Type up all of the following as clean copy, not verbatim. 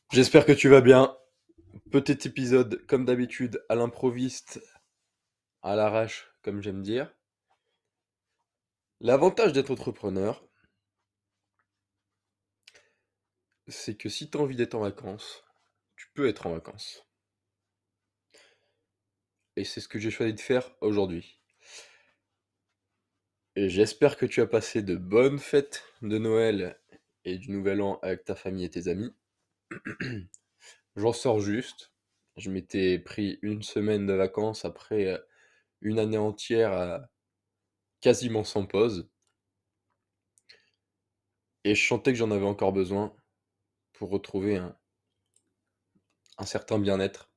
J'espère que tu vas bien. Petit épisode, comme d'habitude, à l'improviste, à l'arrache, comme j'aime dire. L'avantage d'être entrepreneur, c'est que si tu as envie d'être en vacances, tu peux être en vacances. Et c'est ce que j'ai choisi de faire aujourd'hui. Et j'espère que tu as passé de bonnes fêtes de Noël et du Nouvel An avec ta famille et tes amis. J'en sors juste. Je m'étais pris une semaine de vacances après une année entière quasiment sans pause. Et je sentais que j'en avais encore besoin pour retrouver un certain bien-être.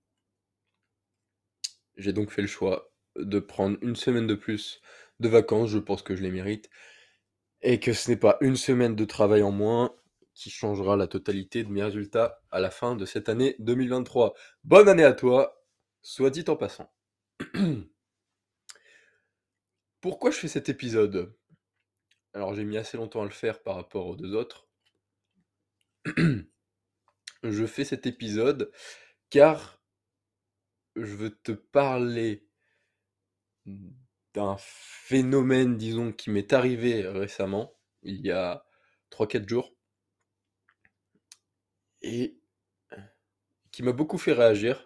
J'ai donc fait le choix de prendre une semaine de plus de vacances, je pense que je les mérite, et que ce n'est pas une semaine de travail en moins qui changera la totalité de mes résultats à la fin de cette année 2023. Bonne année à toi, soit dit en passant. Pourquoi je fais cet épisode? Alors j'ai mis assez longtemps à le faire par rapport aux deux autres. Je fais cet épisode car je veux te parler d'un phénomène, disons, qui m'est arrivé récemment, il y a 3 4 jours, et qui m'a beaucoup fait réagir,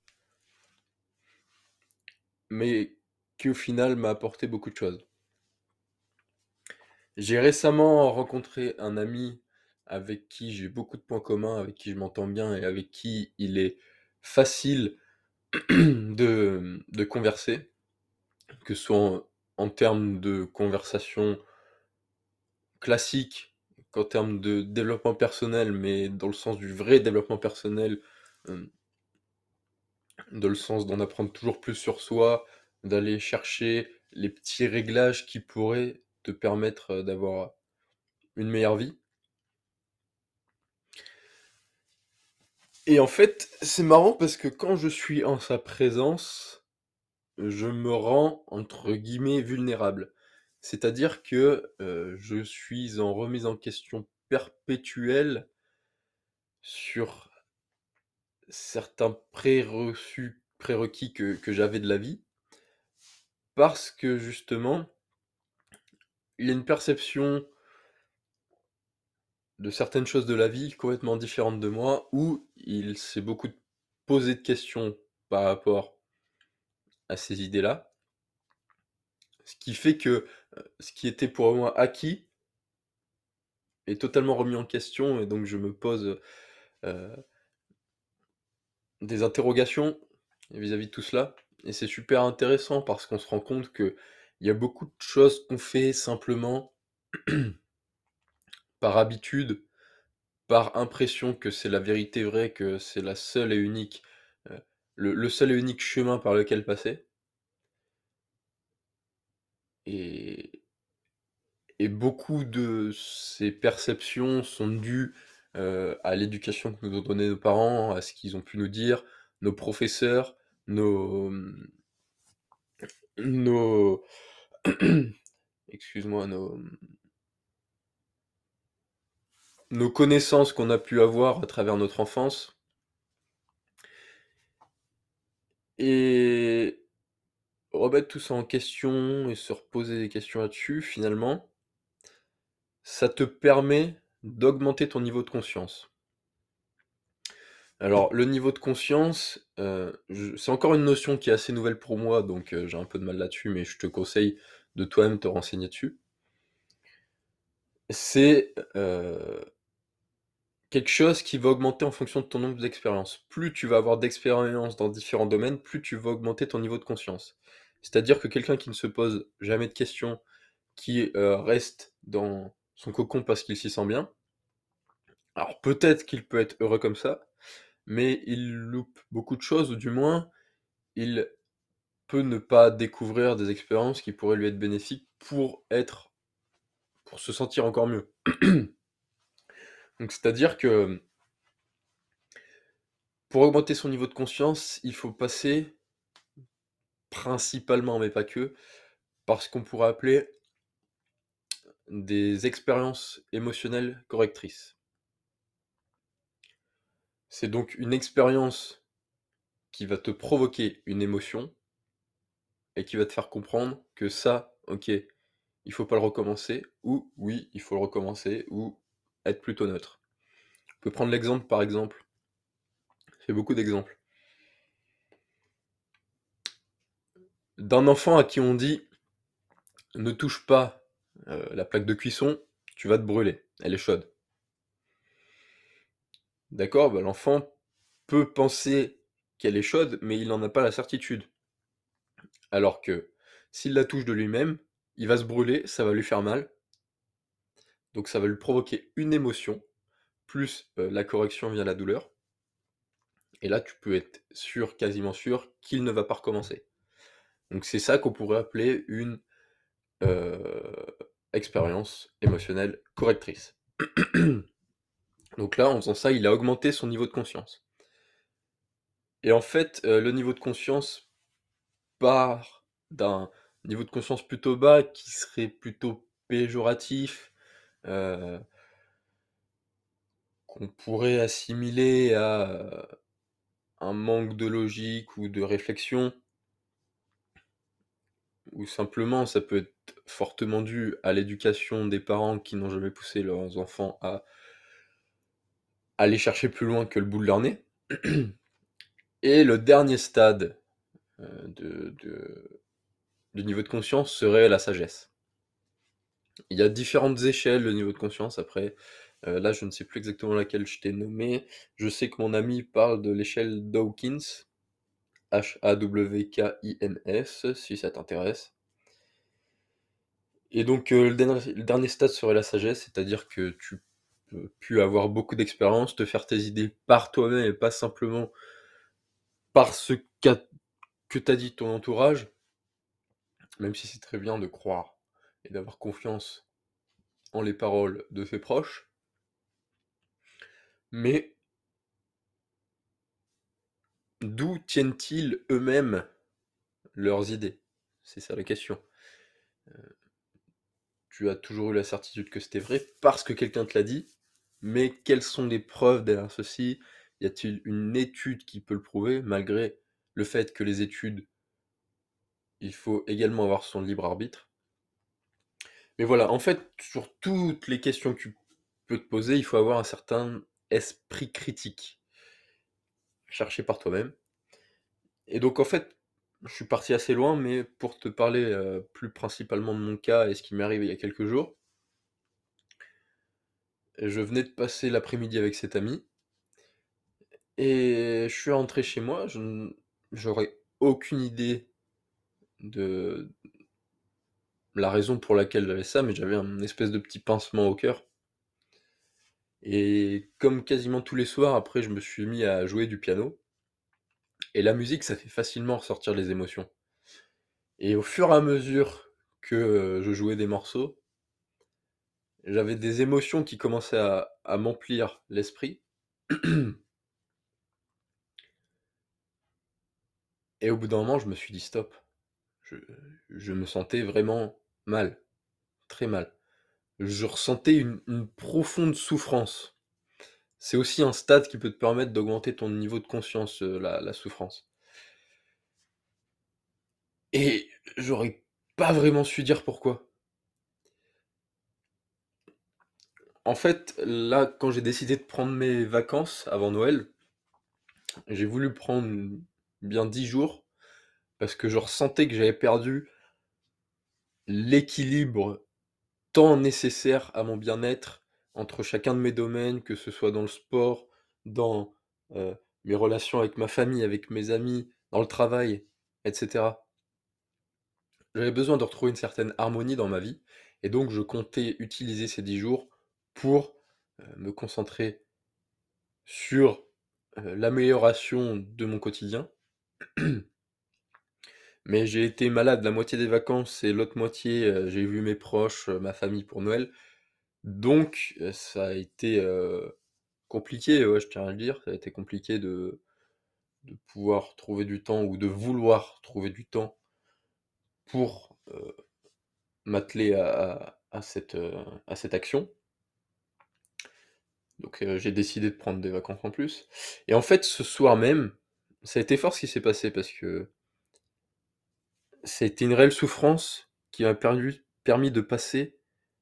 mais qui au final m'a apporté beaucoup de choses. J'ai récemment rencontré un ami avec qui j'ai beaucoup de points communs, avec qui je m'entends bien et avec qui il est facile de converser, que ce soit en termes de conversation classique qu'en termes de développement personnel, mais dans le sens du vrai développement personnel, euh, dans le sens d'en apprendre toujours plus sur soi, d'aller chercher les petits réglages qui pourraient te permettre d'avoir une meilleure vie. Et en fait, c'est marrant parce que quand je suis en sa présence, je me rends entre guillemets vulnérable. C'est-à-dire que je suis en remise en question perpétuelle sur certains prérequis que j'avais de la vie, parce que justement, il y a une perception de certaines choses de la vie complètement différentes de moi, où il s'est beaucoup posé de questions par rapport à ces idées-là, ce qui fait que ce qui était pour moi acquis est totalement remis en question, et donc je me pose euh, des interrogations vis-à-vis de tout cela, et c'est super intéressant parce qu'on se rend compte que il y a beaucoup de choses qu'on fait simplement par habitude, par impression que c'est la vérité vraie, que c'est la seule et unique, le seul et unique chemin par lequel passer, et, et beaucoup de ces perceptions sont dues à l'éducation que nous ont donnée nos parents, à ce qu'ils ont pu nous dire, nos professeurs, nos, excuse-moi, nos connaissances qu'on a pu avoir à travers notre enfance. Et remettre tout ça en question et se reposer des questions là-dessus, finalement, ça te permet d'augmenter ton niveau de conscience. Alors, le niveau de conscience, c'est encore une notion qui est assez nouvelle pour moi, donc j'ai un peu de mal là-dessus, mais je te conseille de toi-même te renseigner dessus. C'est quelque chose qui va augmenter en fonction de ton nombre d'expériences. Plus tu vas avoir d'expériences dans différents domaines, plus tu vas augmenter ton niveau de conscience. C'est-à-dire que quelqu'un qui ne se pose jamais de questions, qui reste dans son cocon parce qu'il s'y sent bien, alors peut-être qu'il peut être heureux comme ça, mais il loupe beaucoup de choses, ou du moins, il peut ne pas découvrir des expériences qui pourraient lui être bénéfiques pour se sentir encore mieux. Donc c'est-à-dire que pour augmenter son niveau de conscience, il faut passer principalement, mais pas que, par ce qu'on pourrait appeler des expériences émotionnelles correctrices. C'est donc une expérience qui va te provoquer une émotion et qui va te faire comprendre que ça, OK, il faut pas le recommencer ou oui, il faut le recommencer ou être plutôt neutre. On peut prendre l'exemple, par exemple, j'ai beaucoup d'exemples, d'un enfant à qui on dit: «Ne touche pas, la plaque de cuisson, tu vas te brûler, elle est chaude». D'accord? Bah, l'enfant peut penser qu'elle est chaude, mais il n'en a pas la certitude. Alors que s'il la touche de lui-même, il va se brûler, ça va lui faire mal, donc ça va lui provoquer une émotion, plus, la correction via la douleur, et là tu peux être sûr, quasiment sûr, qu'il ne va pas recommencer. Donc c'est ça qu'on pourrait appeler une, heu, expérience émotionnelle correctrice. Donc là, en faisant ça, il a augmenté son niveau de conscience. Et en fait, le niveau de conscience part d'un niveau de conscience plutôt bas qui serait plutôt péjoratif, heu, qu'on pourrait assimiler à, un manque de logique ou de réflexion, ou simplement ça peut être fortement dû à l'éducation des parents qui n'ont jamais poussé leurs enfants à aller chercher plus loin que le bout de leur nez. Et le dernier stade, du niveau de conscience serait la sagesse. Il y a différentes échelles de niveau de conscience après, là je ne sais plus exactement laquelle je t'ai nommé. Je sais que mon ami parle de l'échelle Dawkins, Hawkins, si ça t'intéresse. Et donc, le dernier stade serait la sagesse, c'est-à-dire que tu peux plus avoir beaucoup d'expérience, te faire tes idées par toi-même et pas simplement par ce que t'a dit ton entourage, même si c'est très bien de croire et d'avoir confiance en les paroles de ses proches, mais d'où tiennent-ils eux-mêmes leurs idées? C'est ça la question. Tu as toujours eu la certitude que c'était vrai parce que quelqu'un te l'a dit, mais quelles sont les preuves derrière ceci? Y a-t-il une étude qui peut le prouver? Malgré le fait que les études, il faut également avoir son libre arbitre. Mais voilà, en fait, sur toutes les questions que tu peux te poser, il faut avoir un certain esprit critique, cherché par toi-même. Et donc en fait, je suis parti assez loin, mais pour te parler, plus principalement de mon cas et ce qui m'est arrivé il y a quelques jours, je venais de passer l'après-midi avec cet ami et je suis rentré chez moi, j'aurais aucune idée de la raison pour laquelle j'avais ça, mais j'avais un espèce de petit pincement au cœur. Et comme quasiment tous les soirs, après, je me suis mis à jouer du piano. Et la musique, ça fait facilement ressortir les émotions. Et au fur et à mesure que je jouais des morceaux, j'avais des émotions qui commençaient à m'emplir l'esprit. Et au bout d'un moment, je me suis dit stop. Je, je me sentais vraiment mal, très mal. Je ressentais une profonde souffrance. C'est aussi un stade qui peut te permettre d'augmenter ton niveau de conscience, la souffrance. Et j'aurais pas vraiment su dire pourquoi. En fait, là, quand j'ai décidé de prendre mes vacances avant Noël, j'ai voulu prendre bien 10 jours parce que je ressentais que j'avais perdu l'équilibre tant nécessaire à mon bien-être entre chacun de mes domaines, que ce soit dans le sport, dans, mes relations avec ma famille, avec mes amis, dans le travail, et cetera. J'avais besoin de retrouver une certaine harmonie dans ma vie et donc je comptais utiliser ces 10 jours pour, me concentrer sur, l'amélioration de mon quotidien. Mais j'ai été malade la moitié des vacances et l'autre moitié, j'ai vu mes proches, ma famille pour Noël. Donc, ça a été, compliqué, ouais, je tiens à le dire. Ça a été compliqué de pouvoir trouver du temps ou de vouloir trouver du temps pour, m'atteler à cette action. Donc j'ai décidé de prendre des vacances en plus. Et en fait, ce soir même, ça a été fort ce qui s'est passé parce que ça a été une réelle souffrance qui m'a permis de passer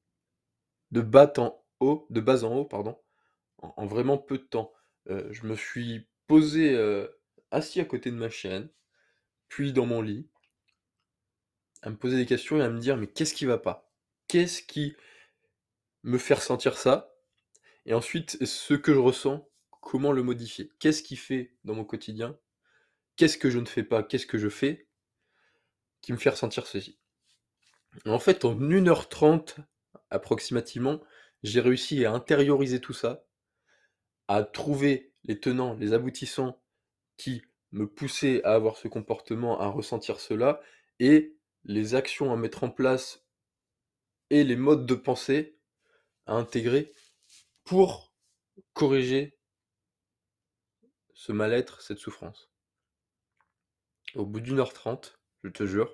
de bas en haut, pardon, en vraiment peu de temps. Je me suis posé, assis à côté de ma chienne, puis dans mon lit, à me poser des questions et à me dire: «Mais qu'est-ce qui va pas? Qu'est-ce qui me fait ressentir ça?» Et ensuite, ce que je ressens, comment le modifier? Qu'est-ce qui fait dans mon quotidien? Qu'est-ce que je ne fais pas? Qu'est-ce que je fais qui me fait ressentir ceci? Et en fait, en 1 h 30 approximativement, j'ai réussi à intérioriser tout ça, à trouver les tenants, les aboutissants qui me poussaient à avoir ce comportement, à ressentir cela et les actions à mettre en place et les modes de pensée à intégrer pour corriger ce mal-être, cette souffrance. Au bout d'1 h 30, je te jure,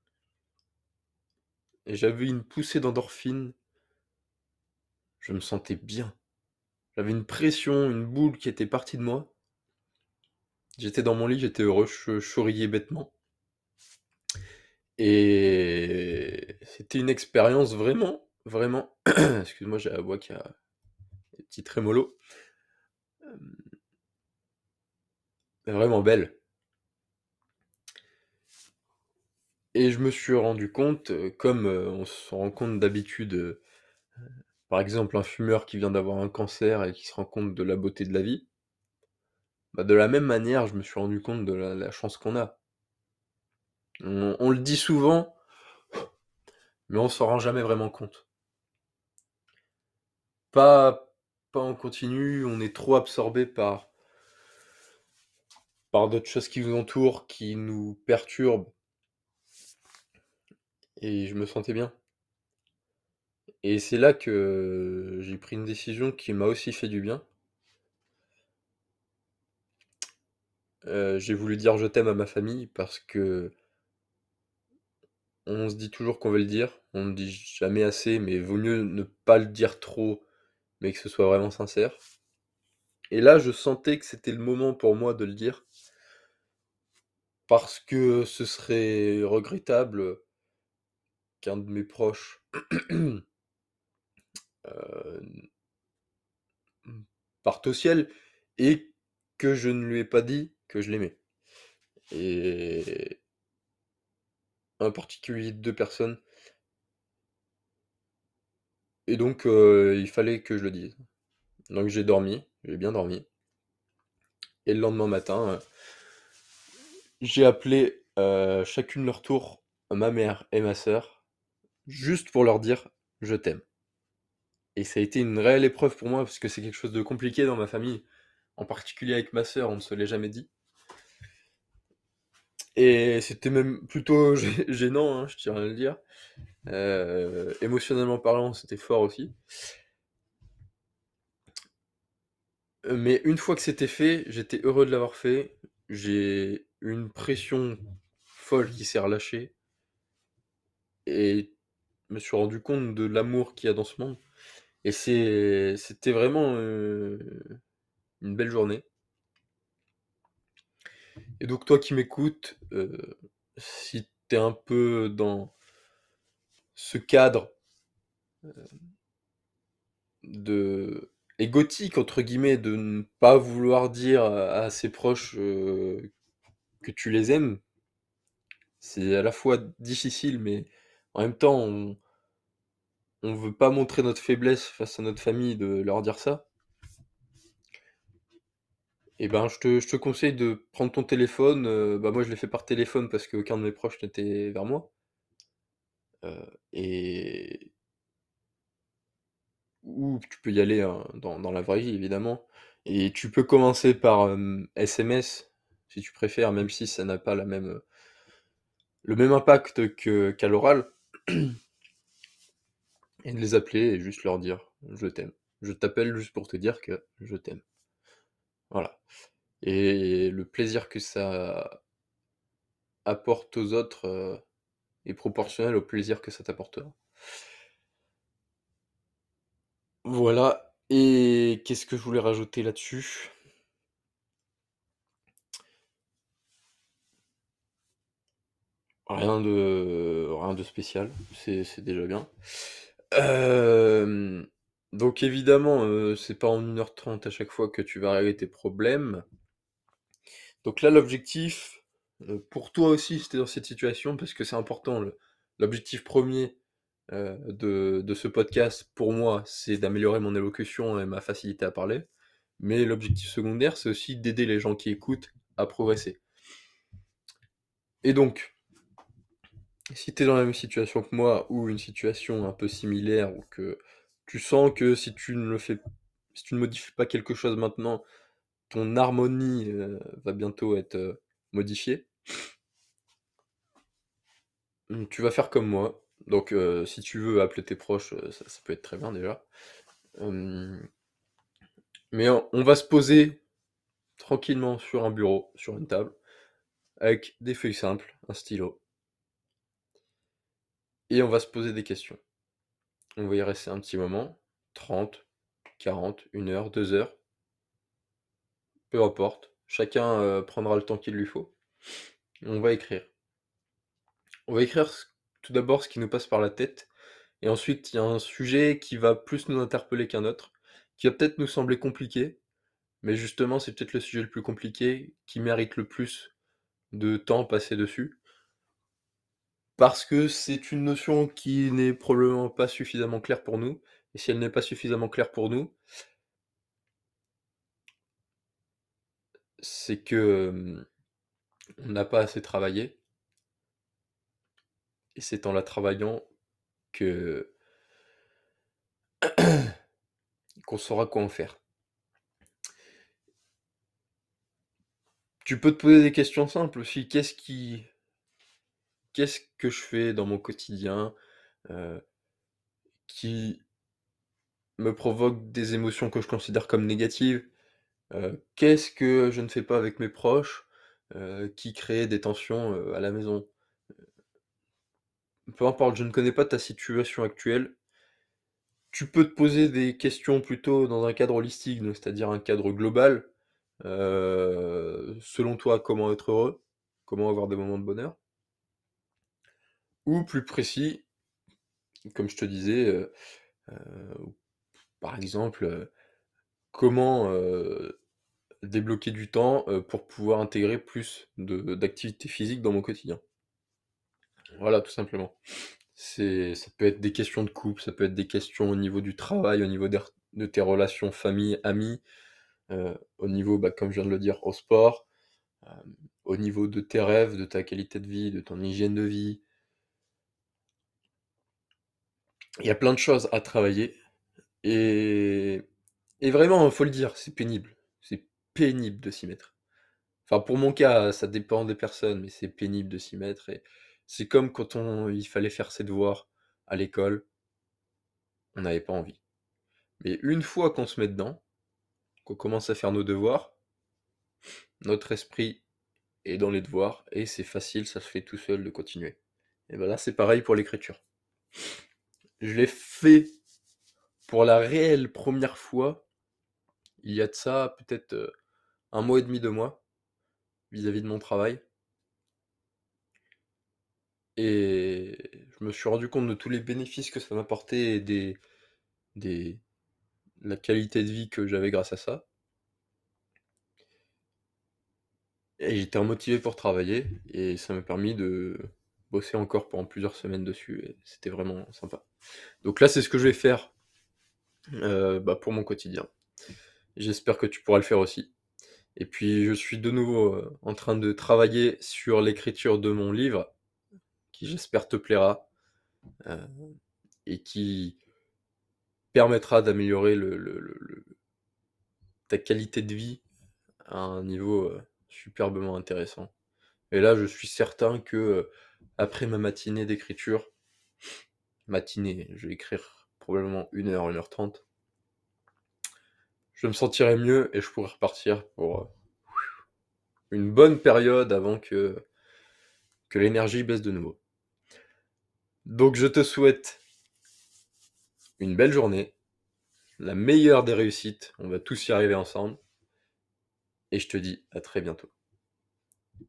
et j'avais une poussée d'endorphine, je me sentais bien. J'avais une pression, une boule qui était partie de moi. J'étais dans mon lit, j'étais heureux, je souriais bêtement. Et c'était une expérience vraiment, vraiment, excuse-moi, j'ai la voix qui a des petits trémolos, vraiment belle. Et je me suis rendu compte, comme on se rend compte d'habitude, par exemple un fumeur qui vient d'avoir un cancer et qui se rend compte de la beauté de la vie, bah, de la même manière, je me suis rendu compte de la chance qu'on a. On le dit souvent, mais on s'en rend jamais vraiment compte. Pas pas en continu, on est trop absorbé par d'autres choses qui nous entourent, qui nous perturbent, et je me sentais bien. Et c'est là que j'ai pris une décision qui m'a aussi fait du bien. J'ai voulu dire «je t'aime» à ma famille parce que on se dit toujours qu'on veut le dire, on ne dit jamais assez, mais vaut mieux ne pas le dire trop, mais que ce soit vraiment sincère. Et là, je sentais que c'était le moment pour moi de le dire, parce que ce serait regrettable qu'un de mes proches, heu, parte au ciel et que je ne lui ai pas dit que je l'aimais. Et en particulier 2 personnes, et donc il fallait que je le dise. Donc j'ai dormi, j'ai bien dormi, et le lendemain matin, j'ai appelé, chacune leur tour, ma mère et ma sœur, juste pour leur dire: «Je t'aime». Et ça a été une réelle épreuve pour moi parce que c'est quelque chose de compliqué dans ma famille, en particulier avec ma sœur, on ne se l'est jamais dit. Et c'était même plutôt gênant, hein, je tiens à le dire. Émotionnellement parlant, c'était fort aussi. Mais une fois que c'était fait, j'étais heureux de l'avoir fait. J'ai eu une pression folle qui s'est relâchée et je me suis rendu compte de l'amour qu'il y a dans ce monde. Et c'était vraiment, une belle journée. Et donc toi qui m'écoutes, si tu es un peu dans ce cadre de «égotique» entre guillemets, de ne pas vouloir dire à ses proches, que tu les aimes, c'est à la fois difficile, mais en même temps, on veut pas montrer notre faiblesse face à notre famille de leur dire ça. Et ben, je te conseille de prendre ton téléphone, bah, moi je l'ai fait par téléphone parce qu'aucun de mes proches n'était vers moi, et ou tu peux y aller, dans la vraie vie évidemment, et tu peux commencer par, SMS si tu préfères, même si ça n'a pas le même impact qu'à l'oral, et de les appeler et juste leur dire: «Je t'aime. Je t'appelle juste pour te dire que je t'aime». Voilà, et le plaisir que ça apporte aux autres, est proportionnel au plaisir que ça t'apportera. Voilà. Et qu'est-ce que je voulais rajouter là-dessus? Rien de spécial, c'est déjà bien. Hem, donc évidemment, c'est pas en 1h30 à chaque fois que tu vas régler tes problèmes. Donc là, l'objectif, pour toi aussi, si tu dans cette situation, parce que c'est important, l'objectif premier de ce podcast, pour moi, c'est d'améliorer mon élocution et ma facilité à parler. Mais l'objectif secondaire, c'est aussi d'aider les gens qui écoutent à progresser. Et donc, si tu es dans la même situation que moi, ou une situation un peu similaire, ou que tu sens que si tu ne modifies pas quelque chose maintenant, ton harmonie va bientôt être modifiée, tu vas faire comme moi. Donc, si tu veux appeler tes proches, ça peut être très bien déjà. Euh, mais on va se poser tranquillement sur un bureau, sur une table, avec des feuilles simples, un stylo, et on va se poser des questions. On va y rester un petit moment, 30, 40, 1 heure, 2 heures, peu importe. Chacun prendra le temps qu'il lui faut. On va écrire. On va écrire tout d'abord ce qui nous passe par la tête, et ensuite il y a un sujet qui va plus nous interpeller qu'un autre, qui va peut-être nous sembler compliqué, mais justement c'est peut-être le sujet le plus compliqué qui mérite le plus de temps passé dessus, parce que c'est une notion qui n'est probablement pas suffisamment claire pour nous, et si elle n'est pas suffisamment claire pour nous, c'est que on n'a pas assez travaillé, et c'est en la travaillant que qu'on saura quoi en faire. Tu peux te poser des questions simples aussi. Qu'est-ce que je fais dans mon quotidien euh, qui me provoque des émotions que je considère comme négatives? Qu'est-ce que je ne fais pas avec mes proches qui crée des tensions à la maison? Peu importe, je ne connais pas ta situation actuelle. Tu peux te poser des questions plutôt dans un cadre holistique, donc c'est-à-dire un cadre global. Selon toi, comment être heureux? Comment avoir des moments de bonheur? Ou plus précis, comme je te disais, par exemple, comment débloquer du temps pour pouvoir intégrer plus d'activités physiques dans mon quotidien. Voilà, tout simplement. Ça peut être des questions de couple, ça peut être des questions au niveau du travail, au niveau de tes relations famille, amis, au niveau, bah, comme je viens de le dire, au sport, euh, au niveau de tes rêves, de ta qualité de vie, de ton hygiène de vie. Il y a plein de choses à travailler. Et, et vraiment, il faut le dire, c'est pénible. C'est pénible de s'y mettre. Enfin, pour mon cas, ça dépend des personnes, mais c'est pénible de s'y mettre. Et c'est comme quand il fallait faire ses devoirs à l'école, on n'avait pas envie. Mais une fois qu'on se met dedans, qu'on commence à faire nos devoirs, notre esprit est dans les devoirs et c'est facile, ça se fait tout seul de continuer. Et ben là, c'est pareil pour l'écriture. Je l'ai fait pour la réelle première fois, il y a de ça peut-être 1 mois et demi, 2 mois, vis-à-vis de mon travail. Et je me suis rendu compte de tous les bénéfices que ça m'apportait et des, la qualité de vie que j'avais grâce à ça. Et j'étais motivé pour travailler et ça m'a permis de bosser encore pendant plusieurs semaines dessus et c'était vraiment sympa. Donc là, c'est ce que je vais faire bah, pour mon quotidien. J'espère que tu pourras le faire aussi. Et puis, je suis de nouveau en train de travailler sur l'écriture de mon livre, qui j'espère te plaira euh, et qui permettra d'améliorer ta qualité de vie à un niveau superbement intéressant. Et là, je suis certain que après ma matinée d'écriture, matinée, je vais écrire probablement 1 heure, 1 heure 30, je me sentirai mieux et je pourrai repartir pour une bonne période avant que l'énergie baisse de nouveau. Donc je te souhaite une belle journée la meilleure des réussites. On va tous y arriver ensemble et je te dis à très bientôt.